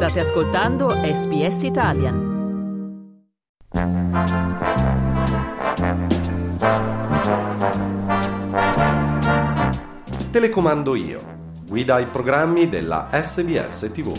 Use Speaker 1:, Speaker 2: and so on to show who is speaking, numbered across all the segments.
Speaker 1: State ascoltando SBS Italian.
Speaker 2: Telecomando io. Guida ai programmi della SBS TV.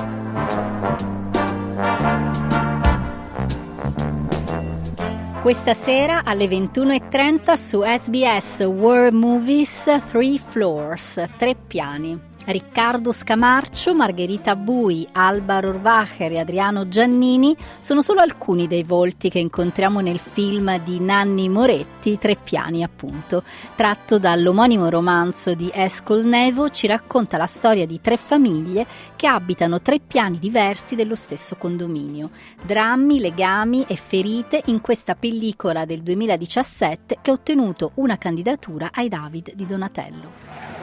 Speaker 3: Questa sera alle 21:30 su SBS World Movies 3 Floors, 3 piani. Riccardo Scamarcio, Margherita Bui, Alba Rohrwacher e Adriano Giannini sono solo alcuni dei volti che incontriamo nel film di Nanni Moretti, 3 piani appunto. Tratto dall'omonimo romanzo di Eskol Nevo, ci racconta la storia di 3 famiglie che abitano 3 piani diversi dello stesso condominio. Drammi, legami e ferite in questa pellicola del 2017 che ha ottenuto una candidatura ai David di Donatello.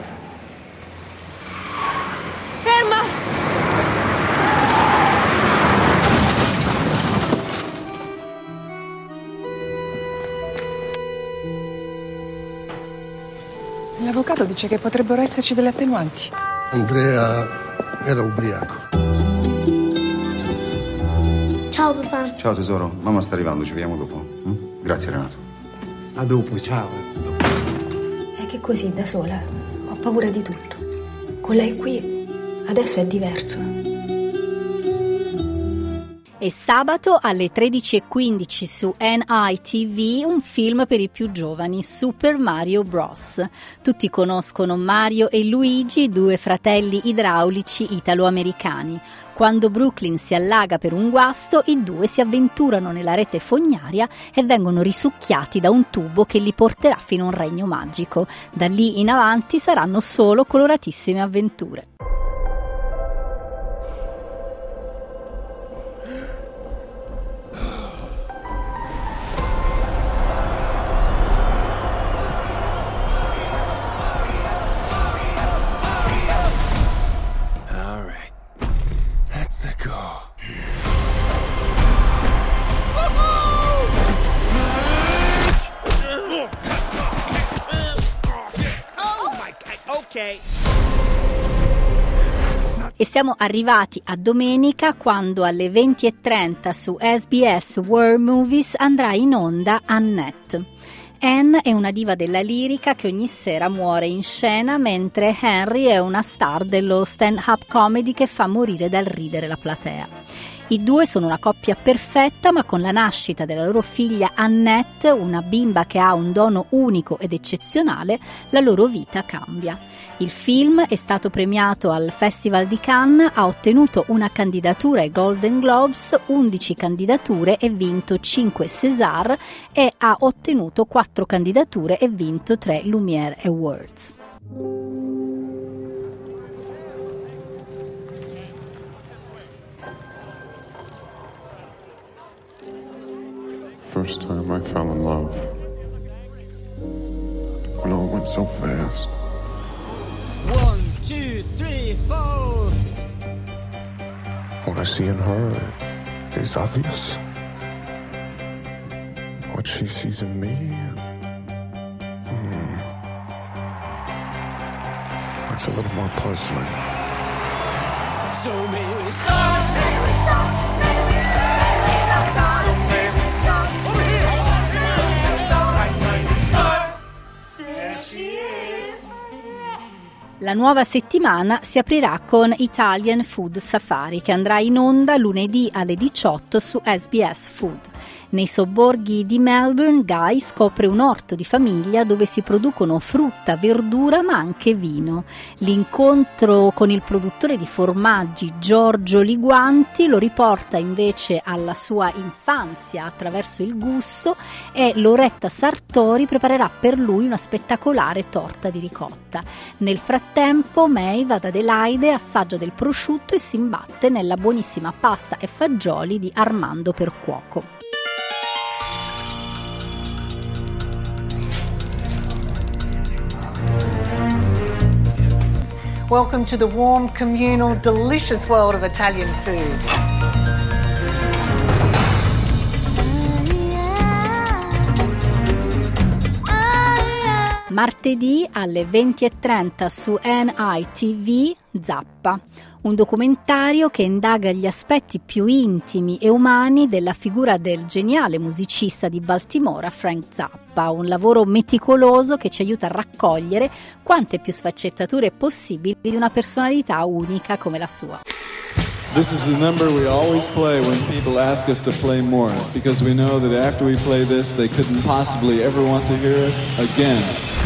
Speaker 4: Ferma!
Speaker 5: L'avvocato dice che potrebbero esserci delle attenuanti.
Speaker 6: Andrea era ubriaco.
Speaker 7: Ciao papà.
Speaker 8: Ciao tesoro, mamma sta arrivando, ci vediamo dopo. Grazie Renato.
Speaker 9: A dopo, ciao.
Speaker 7: È che così da sola ho paura di tutto. Con lei qui adesso è diverso.
Speaker 3: E sabato alle 13:15 su NITV un film per i più giovani, Super Mario Bros. Tutti conoscono Mario e Luigi, 2 fratelli idraulici italo-americani. Quando Brooklyn si allaga per un guasto, i 2 si avventurano nella rete fognaria e vengono risucchiati da un tubo che li porterà fino a un regno magico. Da lì in avanti saranno solo coloratissime avventure. E siamo arrivati a domenica, quando alle 20:30 su SBS World Movies andrà in onda Annette. Anne è una diva della lirica che ogni sera muore in scena, mentre Henry è una star dello stand-up comedy che fa morire dal ridere la platea. I 2 sono una coppia perfetta, ma con la nascita della loro figlia Annette, una bimba che ha un dono unico ed eccezionale, la loro vita cambia. Il film è stato premiato al Festival di Cannes, ha ottenuto una candidatura ai Golden Globes, 11 candidature e vinto 5 César, e ha ottenuto 4 candidature e vinto 3 Lumière Awards.
Speaker 10: First time I fell in love. It all went so fast.
Speaker 11: 1, 2, 3, 4.
Speaker 10: What I see in her is obvious. What she sees in me, it's a little more puzzling.
Speaker 11: So may we start, may we start, may we start. So may we start, over here. Right time to start. There she is.
Speaker 3: La nuova settimana si aprirà con Italian Food Safari, che andrà in onda lunedì alle 18 su SBS Food. Nei sobborghi di Melbourne, Guy scopre un orto di famiglia dove si producono frutta, verdura ma anche vino. L'incontro con il produttore di formaggi Giorgio Liguanti lo riporta invece alla sua infanzia attraverso il gusto, e Loretta Sartori preparerà per lui una spettacolare torta di ricotta. Nel frattempo Maeve ad Adelaide assaggia del prosciutto e si imbatte nella buonissima pasta e fagioli di Armando Percuoco.
Speaker 5: Welcome to the warm, communal, delicious world of Italian food.
Speaker 3: martedì alle 20:30 su NITV Zappa, un documentario che indaga gli aspetti più intimi e umani della figura del geniale musicista di Baltimora Frank Zappa, un lavoro meticoloso che ci aiuta a raccogliere quante più sfaccettature possibili di una personalità unica come la sua.
Speaker 4: This is the number we always play when people ask us to play more, because we know that after we play this, they couldn't possibly ever want to hear us again.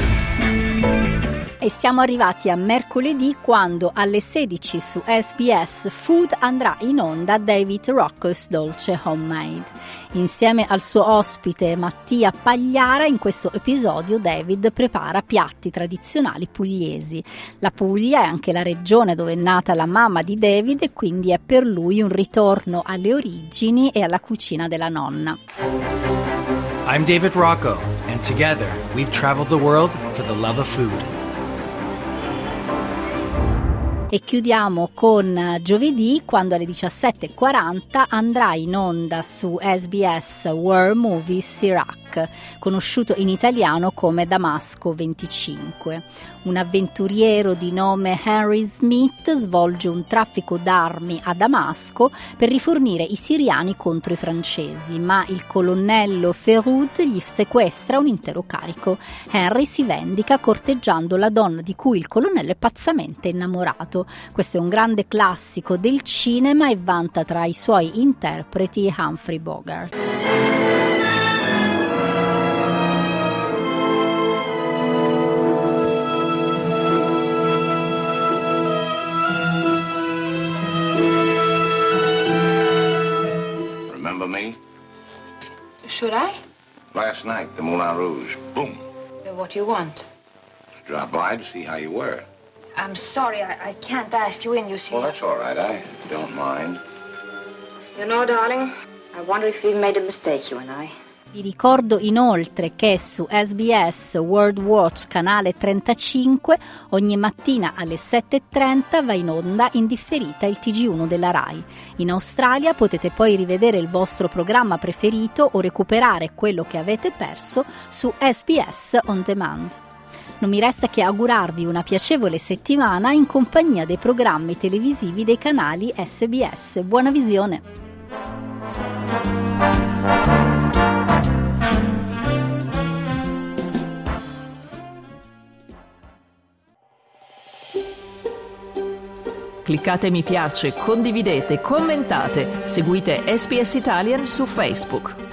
Speaker 3: E siamo arrivati a mercoledì, quando alle 16 su SBS Food andrà in onda David Rocco's Dolce Homemade. Insieme al suo ospite Mattia Pagliara, in questo episodio David prepara piatti tradizionali pugliesi. La Puglia è anche la regione dove è nata la mamma di David e quindi è per lui un ritorno alle origini e alla cucina della nonna.
Speaker 12: I'm David Rocco, and together we've traveled the world for the love of food.
Speaker 3: E chiudiamo con giovedì, quando alle 17:40 andrà in onda su SBS War Movies Iraq, conosciuto in italiano come Damasco 25. Un avventuriero di nome Henry Smith svolge un traffico d'armi a Damasco per rifornire i siriani contro i francesi, ma il colonnello Ferrud gli sequestra un intero carico. Henry si vendica corteggiando la donna di cui il colonnello è pazzamente innamorato. Questo è un grande classico del cinema e vanta tra i suoi interpreti Humphrey Bogart.
Speaker 13: Remember me?
Speaker 14: Should I?
Speaker 13: Last night, the Moulin Rouge. Boom.
Speaker 14: What do you want?
Speaker 13: Drop by to see how you were.
Speaker 14: I'm sorry, I can't ask you in, you see.
Speaker 13: Well, that's all right. I don't mind.
Speaker 14: You know, darling, I wonder if we've made a mistake, you and I.
Speaker 3: Vi ricordo inoltre che su SBS World Watch canale 35 ogni mattina alle 7:30 va in onda in differita il TG1 della Rai. In Australia potete poi rivedere il vostro programma preferito o recuperare quello che avete perso su SBS On Demand. Non mi resta che augurarvi una piacevole settimana in compagnia dei programmi televisivi dei canali SBS. Buona visione!
Speaker 1: Cliccate mi piace, condividete, commentate, seguite SBS Italian su Facebook.